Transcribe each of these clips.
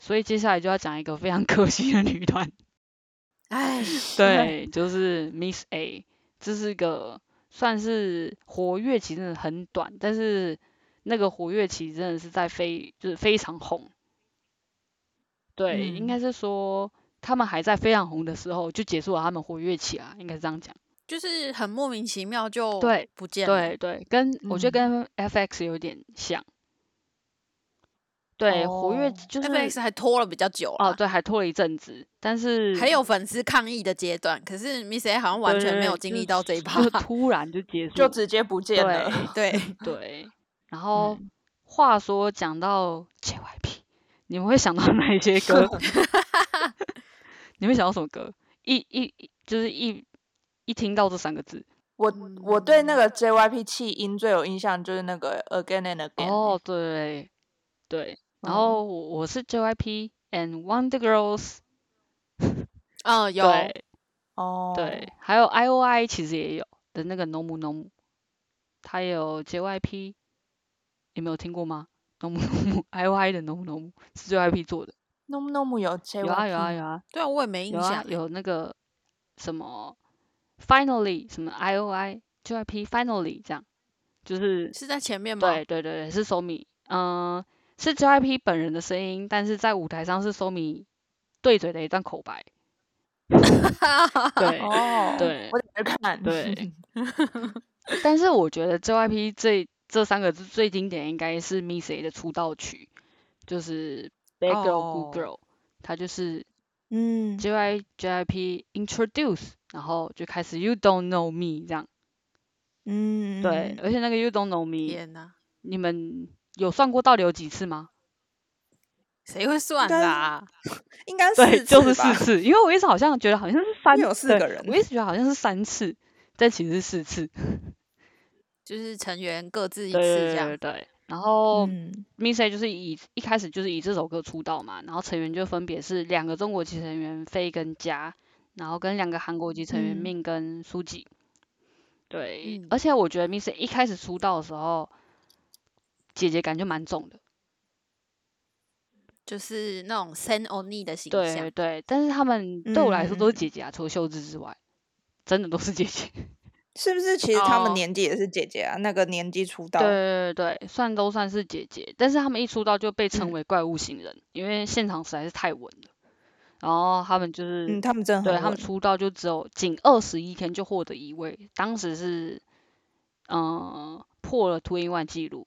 所以接下来就要讲一个非常可惜的女团， 哎， 对，就是 Miss A， 这是个算是活跃期真的很短，但是那个活跃期真的是就是非常红。对，应该是说他们还在非常红的时候就结束了他们活跃期啊，应该是这样讲。 就是很莫名其妙就对不见了。 对对，我觉得跟 FX 有点像。对，活跃就是 FX 还拖了比较久哦，对，还拖了一阵子，但是还有粉丝抗议的阶段，可是 Miss A 好像完全没有经历到这一趴， 就突然就结束， 就直接不见了。 对对，然后话说讲到 JYP， 你们会想到哪一些歌？你会想到什么歌？就是一听到这3个字， 我对那个 JYP 气音最有印象，就是那个 Again and Again。 哦，对对，然后我是 JYP and Wonder Girls。 有对对，还有 IOI 其实也有的那个 Nomu Nomu， 它有 JYP， 你没有听过吗？ Nomu Nomu IOI 的 Nomu Nomu 是 JYP 做的。 Nomu Nomu 有 JYP？ 有啊， 对啊，我也没印象。 有那个什么 Finally 什么 IOI JYP Finally 这样，就是在前面吗？ 对，是 Somi， 是 JYP 本人的声音，但是在舞台上是 Somi 对嘴的一段口白。对对， 我在看。 对，但是我觉得 JYP 这3个字最经典应该是 Miss A 的出道曲，就是 Bad Girl Good Girl， 它就是JYP Introduce， 然后就开始 You Don't Know Me 这样。对，而且那个 You Don't Know Me， 天哪， 你们有算过到底有几次吗？ 谁会算啦？ 应该对， 4次就是4次，因为我一直好像觉得好像是3， 有4个人， 我一直觉得好像是3次，但其实是4次， 就是成员各自1次这样。 对，然后 Miss A 就是一开始就是以这首歌出道嘛，然后成员就分别是2个中国籍成员飞跟嘉，然后跟2个韩国籍成员Min跟苏吉。对，而且我觉得 Miss A 一开始出道的时候，姐姐感就蛮重的， 就是那种 Sen Oni 的形象。 对，但是他们对我来说都是姐姐啊，除了秀智之外，真的都是姐姐。 是不是？其实他们年纪也是姐姐啊，那个年纪出道。 对，都算是姐姐，但是他们一出道就被称为怪物新人，因为现场实在是太稳了。然后他们就是他们真的很稳。 对，他们出道就只有仅21天就获得1位，当时是破了 2NE1 纪录。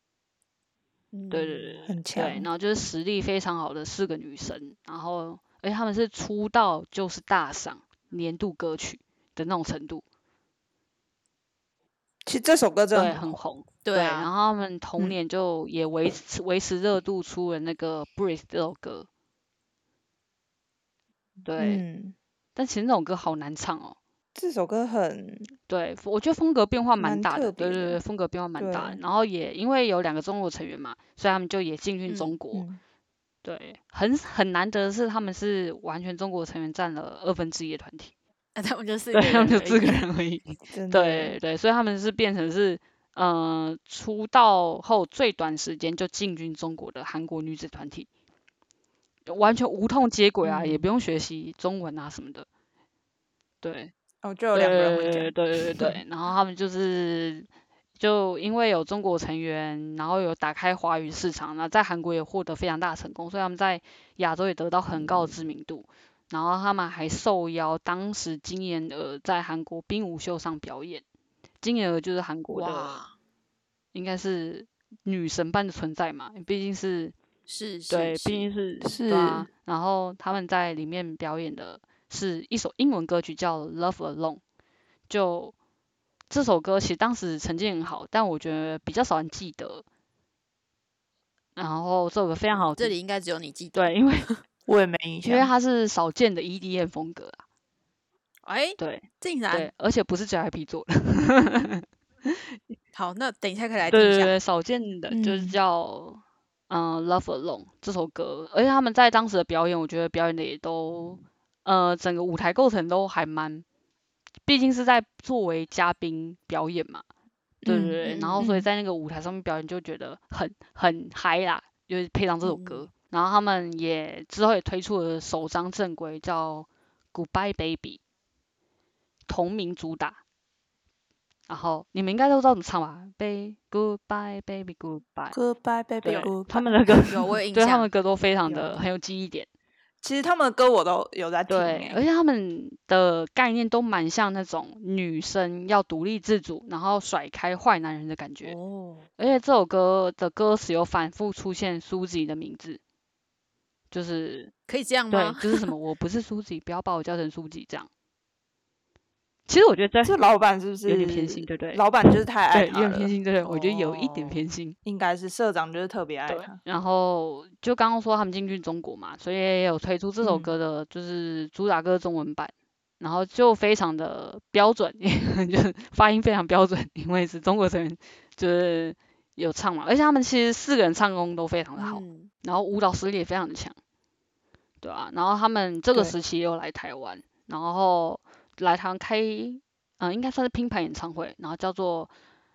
对， 很强。 对，然后就是实力非常好的4个女生，然后而且他们是出道就是大赏年度歌曲的那种程度。 其实这首歌真的很红， 对啊。 然后他们同年就也维持热度，出了那个 Breathe 这首歌。对，但其实那首歌好难唱哦。 这首歌很， 对，我觉得风格变化蛮大的， 对， 风格变化蛮大的。然后也因为有2个中国成员嘛，所以他们就也进军中国。对，很难得的是他们是完全中国成员占了1/2的团体。 他们就4 个人，他们就4个人而已。对，所以他们是变成是出道后最短时间就进军中国的韩国女子团体，完全无痛接轨啊，也不用学习中文啊什么的。对， 就有2个人会讲。 对，然后他们就因为有中国成员，然后有打开华语市场，那在韩国也获得非常大的成功，所以他们在亚洲也得到很高的知名度。然后他们还受邀当时金妍儿在韩国冰舞秀上表演，金妍儿就是韩国的，应该是女神般的存在嘛，毕竟是对，毕竟是对啊。然后他们在里面表演的是一首英文歌曲叫《Love Alone》，就这首歌其实当时成绩很好，但我觉得比较少人记得。然后这首歌非常好听， 这里应该只有你记得。 对，因为我也没印象， 因为它是少见的 EDM 风格啊。对， 竟然对，而且不是 JYP 做的。 好，那等一下可以来听一下。 对，少见的就是叫Love Alone 这首歌，而且他们在当时的表演，我觉得表演的也都整个舞台构成都还蛮，毕竟是在作为嘉宾表演嘛。对，然后所以在那个舞台上面表演就觉得很嗨啦，就是配上这首歌， 然后他们之后也推出了首张正规叫 Goodbye Baby 同名主打，然后你们应该都知道怎么唱吧？Goodbye Baby Goodbye， Goodbye baby 对， goodbye。 他们的歌有我有印对，他们象的，歌都非常有的很有记忆点。 其实他们的歌我都有在听对，而且他们的概念都蛮像那种女生要独立自主，然后甩开坏男人的感觉。 哦， 而且这首歌的歌词有反复出现苏吉的名字，就是可以这样对， 吗？ 就是什么我不是苏吉，不要把我叫成苏吉这样。其实我觉得这老板是不是有点偏心，对不对？ 老板就是太爱对，有他了， 点偏心，对不对？我觉得有一点哦偏心。 应该是社长就是特别爱对他。， 然后就刚刚说他们进军中国嘛，所以也有推出这首嗯歌的，就是主打歌中文版，然后就非常的标准，就是发音非常标准，因为是中国成员就是有唱嘛，而且他们其实4个人唱功都非常的好， 嗯， 然后舞蹈实力也非常的强，对啊，然后他们这个对时期也有来台湾，然后来台湾开，应该算是拼盘演唱会，然后叫做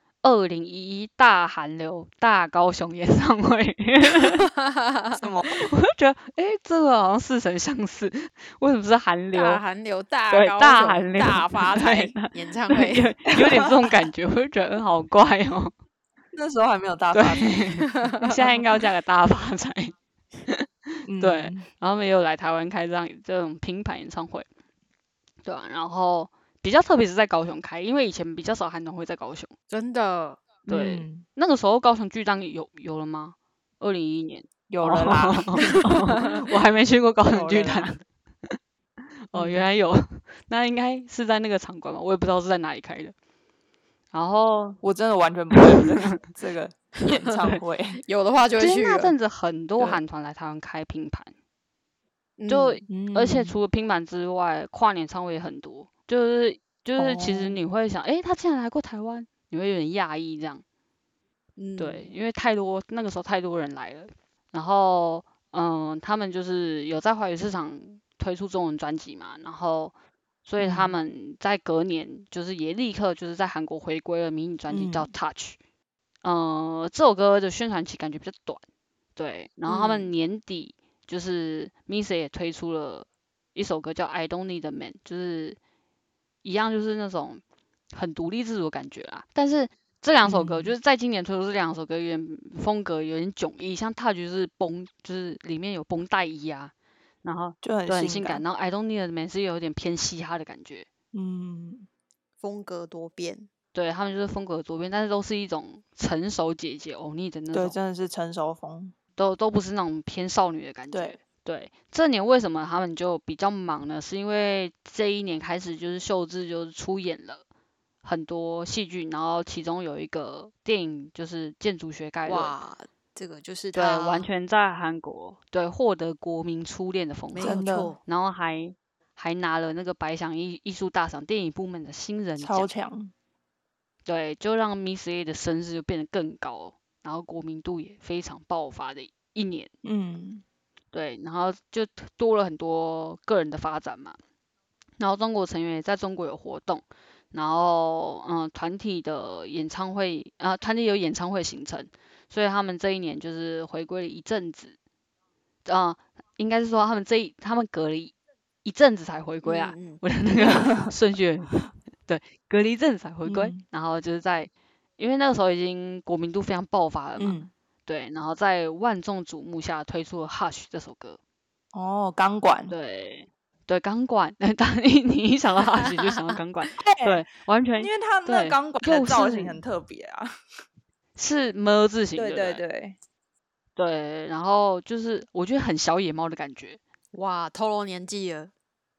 2011大韩流大高雄演唱会。 什么？ 我就觉得，这个好像似曾相识，为什么是韩流？ 大韩流大对， 高雄大韩流大发财对演唱对， 会， 有点这种感觉，我就觉得好怪哦。 那时候还没有大对发财。， 现在应该要加个大发财。对， 嗯然后他们也有来台湾开这种拼盘演唱会，对啊，然后比较特别是在高雄开，因为以前比较少韩团会在高雄。 真的对， 嗯那个时候高雄巨蛋有了吗？2011年。 有了啦。 我还没去过高雄有了啦巨蛋。哦，原来有，那应该是在那个场馆吧，我也不知道是在哪里开的。然后我真的完全不会有这个演唱会。 有的话就会其实去了， 那阵子很多对韩团来台湾开拼盘，就嗯而且嗯除了拼盘之外，跨年演唱会也很多，就是其实你哦会想，他竟然来过台湾，你会有点讶异这样。对，因为那个时候太多人来了，然后他们就是有在华语市场推出中文专辑嘛，然后所以他嗯们在隔年就是也立刻就是在韩国回归了迷你专辑叫嗯 Touch，这首歌的宣传期感觉比较短，对，然后他们嗯年底就是 Misa 也推出了一首歌叫 I Don't Need a Man，就是一样就是那种很独立自主的感觉啦，但是这两首歌，就嗯是在今年推出这两首歌，有点风格有点迥异，像 Touch 是就是里面有绷带衣啊，然后就很对很性性感， 感。 然后 I Don't Need a Man 是有点偏嘻哈的感觉， 嗯， 风格多变， 对他们就是风格多变，但是都是一种成熟姐姐欧尼的那对， 种， 真的是成熟风。 都不是那种偏少女的感觉。 对， 对，这年为什么他们就比较忙呢？是因为这一年开始就是秀智就是出演了很多戏剧，然后其中有一个电影就是《建筑学概论》， 哇，这个就是对， 他完全在韩国对获得国民初恋的风没格， 真的有错， 然后还拿了那个百想艺术大赏电影部门的新人超奖， 强。 对，就让 Miss A 的声势就变得更高，然后国民度也非常爆发的一年。 嗯对，然后就多了很多个人的发展嘛。然后中国成员也在中国有活动，然后团体的演唱会团体有演唱会行程，所以他们这一年就是回归了一阵子，应该是说他们隔了一阵子才回归啊， 嗯我的那个顺序对，隔了一阵子才回归， 嗯然后就是因为那个时候已经国民度非常爆发了嘛， 嗯， 对，然后在万众瞩目下推出了《Hush》这首歌。 哦，钢管。 对，对，钢管，当你一想到Hush就想到钢管，对，完全因为他那对个钢管又的造是型很特别啊。 是么字形， 对对不对？ 对对， 对，然后就是我觉得很小野猫的感觉， 哇，透露年纪了，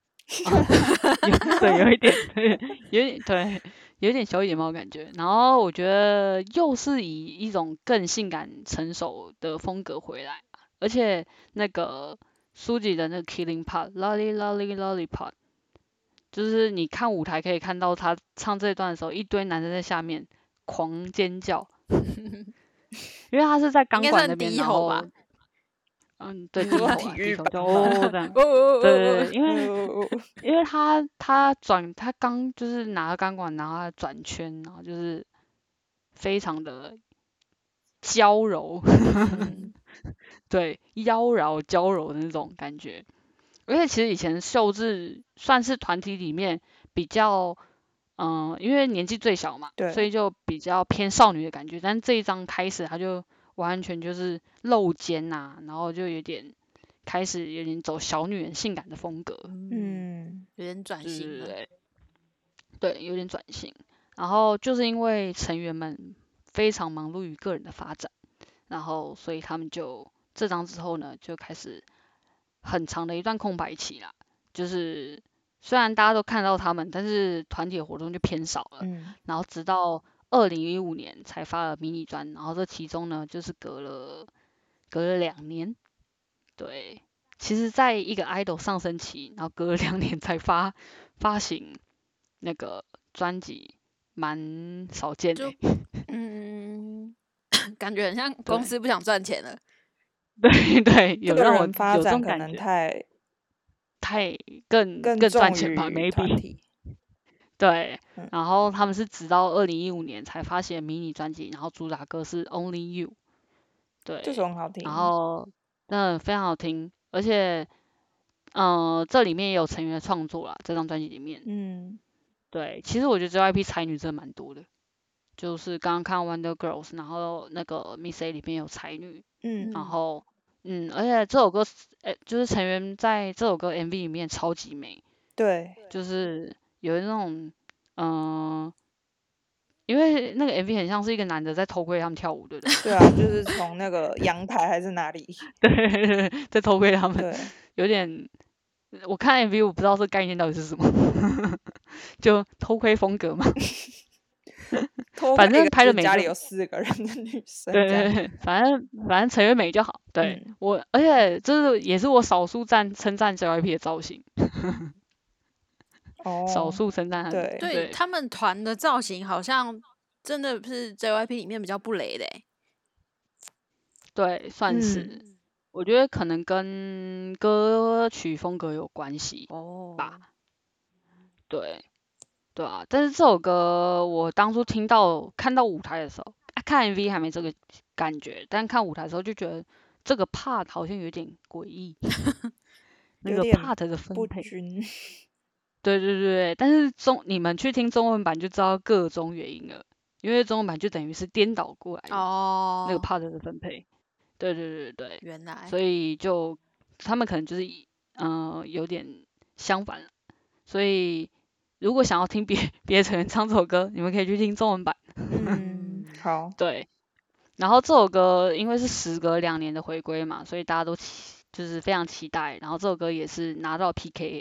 对，有一点，有点小野猫的感觉。然后我觉得又是以一种更性感成熟的风格回来，而且那个苏吉的那个 Killing Part，Lolly Lolly Lollipop，就是你看舞台可以看到他唱这段的时候，一堆男生在下面狂尖叫，因为他是在钢应该算管那边，然后低吼吧对，低说吼啊， 体育低吼叫版哦这样。对，因为他刚就是拿着钢管，然后他转圈，然后就是非常的娇柔， 对，妖娆娇柔的那种感觉。而且其实以前秀智算是团体里面比较，因为年纪最小嘛，所对， 以就比较偏少女的感觉。但这一张开始，他就完全就是露肩呐、然后就开始有点走小女人性感的风格， 有点转对型了。 对对对，有点转型。然后就是因为成员们非常忙碌于个人的发展，然后所以他们就这张之后呢，就开始很长的一段空白期啦。就是虽然大家都看到他们，但是团体的活动就偏少了。然后直到2015年才发了迷你专，然后这其中呢，就是隔了2年。对，其实在一个 idol 上升期，然后隔了2年才发行那个专辑，蛮少见的、 就感觉很像对公司不想赚钱了。 对对，有个让我人发有这展可能种感觉， 太更重赚钱吧于团 ，maybe。 体。 对， 嗯然后他们是直到2015年才发行迷你专辑，然后主打歌是 Only You。 这首对，然很好听。 后真的非常好听，而且这里面也有成员的创作啦，这张专辑里面。对，其实我觉得 JYP 才女真的蛮多的，就是刚刚看 Wonder Girls，然后那个 Miss A 里面有才女，然后而且这首歌就是成员在这首歌 MV 里面超级美， 对， 就是有那种因为那个 MV 很像是一个男的在偷窥他们跳舞，对不对？ 对啊，就是从那个阳台还是哪里？ 对，在偷窥他们， 对， 有点。我看 MV 我不知道这概念到底是什么，就偷窥风格嘛。反偷看一个正拍的美就就是家里有4个人的女生这样。 对对对，反正成员美就好。对、而且这也是我少数称赞 JYP 的造型，少数称赞他的。 对对，他们团的造型好像真的是 JYP 里面比较不雷的欸。 对，算是。我觉得可能跟歌曲风格有关系吧。对，对啊。但是这首歌我当初看到舞台的时候，看 MV 还没这个感觉，但看舞台的时候就觉得这个 part 好像有点诡异，那个 part 的分配。对对对，但是你们去听中文版就知道各种原因了，因为中文版就等于是颠倒过来的那个 part 的分配。对对对对， 原来， 所以就他们可能就是有点相反，所以如果想要听别的成员唱这首歌，你们可以去听中文版。 好。 对，然后这首歌因为是时隔2年的回归嘛，所以大家都就是非常期待。然后这首歌也是拿到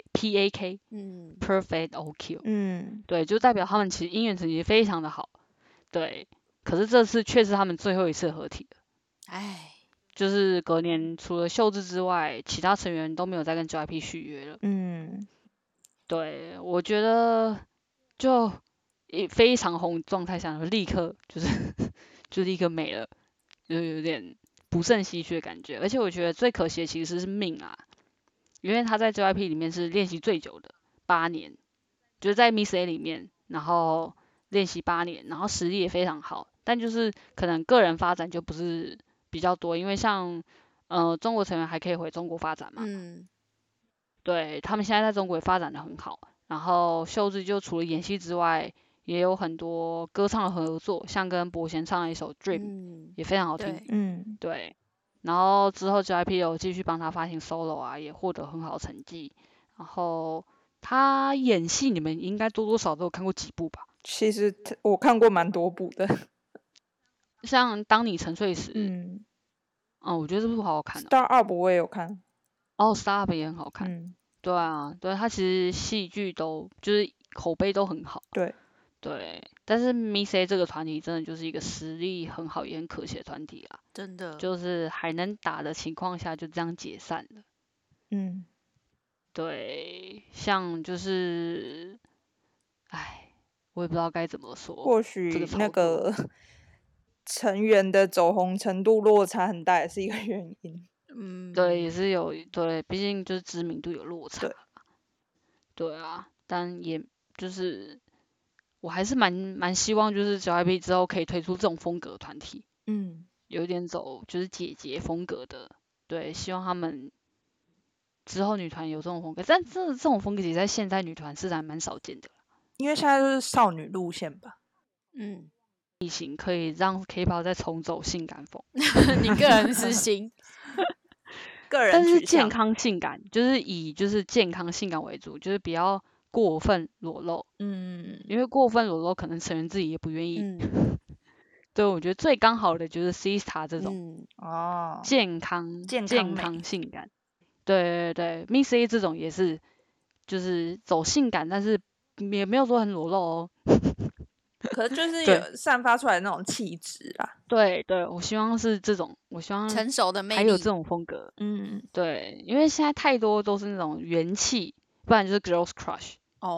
PAK Perfect OQ。对，就代表他们其实音乐成绩非常的好。对，可是这次却是他们最后一次合体了。 唉， 就是隔年除了秀智之外，其他成员都没有再跟 JYP 续约了。对，我觉得就非常红状态下，立刻就立刻没了，就有点不胜唏嘘的感觉。而且我觉得最可惜的其实是命啊，因为他在 JYP 里面是练习最久的8年，就是在 Miss A 里面，然后练习8年，然后实力也非常好，但就是可能个人发展就不是比较多，因为像中国成员还可以回中国发展嘛。对，他们现在在中国也发展的很好。然后秀智就除了演戏之外，也有很多歌唱的合作，像跟伯贤唱了一首《Dream》，也非常好听。对，然后之后 JYP 有继续帮他发行 solo 啊，也获得很好的成绩。然后他演戏，你们应该多多少少都有看过几部吧？ 其实我看过蛮多部的， 像《当你沉睡时》，我觉得这部好好看 Star Up 我也有看。 Star Up 也很好看。对啊，对，他其实戏剧都就是口碑都很好。对，但是 Miss A 这个团体真的就是一个实力很好也很可惜的团体啊， 真的， 就是还能打的情况下就这样解散了。对，像就是，我也不知道该怎么说。 或许那个成员的走红程度落差很大，也是一个原因。 对，也是有，对，毕竟就是知名度有落差。对啊，但也就是我还是蛮希望就是 JYP 之后可以推出这种风格团体。 有点走就是姐姐风格的，对，希望他们之后女团有这种风格，但这种风格其实在现在女团是还蛮少见的。 因为现在就是少女路线吧。 疫情可以让 K-pop 再重走性感风， 你个人私心， 个人但是取向健康性感就是以就是健康性感为主，就是不要过分裸露，因为过分裸露可能成员自己也不愿意。对，我觉得最刚好的就是 Sistar 这种健康性感。对对对，Miss A 这种也是，就是走性感，但是也没有说很裸露哦。 可是就是有散发出来的那种气质啦。 对对，我希望是这种，我希望成熟的魅力， 还有这种风格。对，因为现在太多都是那种元气，不然就是 Girls Crush。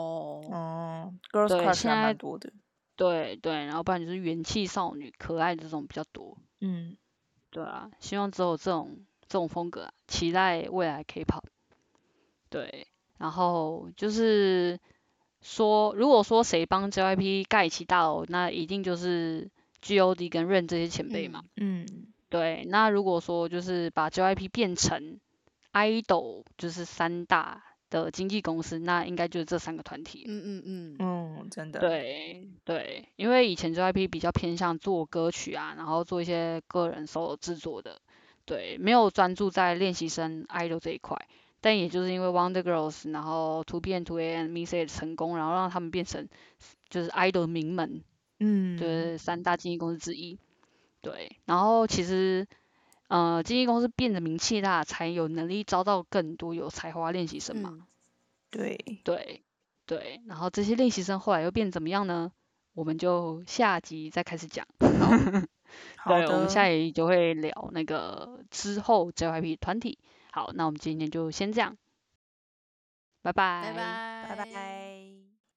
Girls 对， Crush 现在还蛮多的。 对对，然后不然就是元气少女、可爱这种比较多。对啊，希望只有这种风格期待未来 K-pop。对，然后就是说，如果说谁帮 JYP 盖起大楼，那一定就是 GOD 跟 Rain 这些前辈嘛。对，那如果说就是把 JYP 变成 idol，就是3大的经纪公司，那应该就是这3个团体。 真的。 对对，因为以前 JYP 比较偏向做歌曲啊，然后做一些个人 solo 制作的，对，没有专注在练习生 idol 这一块。但也就是因为 Wonder Girls， 然后 2PM、2AM、Miss A 的成功，然后让他们变成就是 idol 名门，就是3大经纪公司之一。对，然后其实经纪公司变得名气大，才有能力招到更多有才华练习生嘛。 对对对，然后这些练习生后来又变怎么样呢？我们就下集再开始讲。对，我们下一集就会聊那个之后 JYP 团体。好，那我们今天就先这样，拜拜。 拜拜。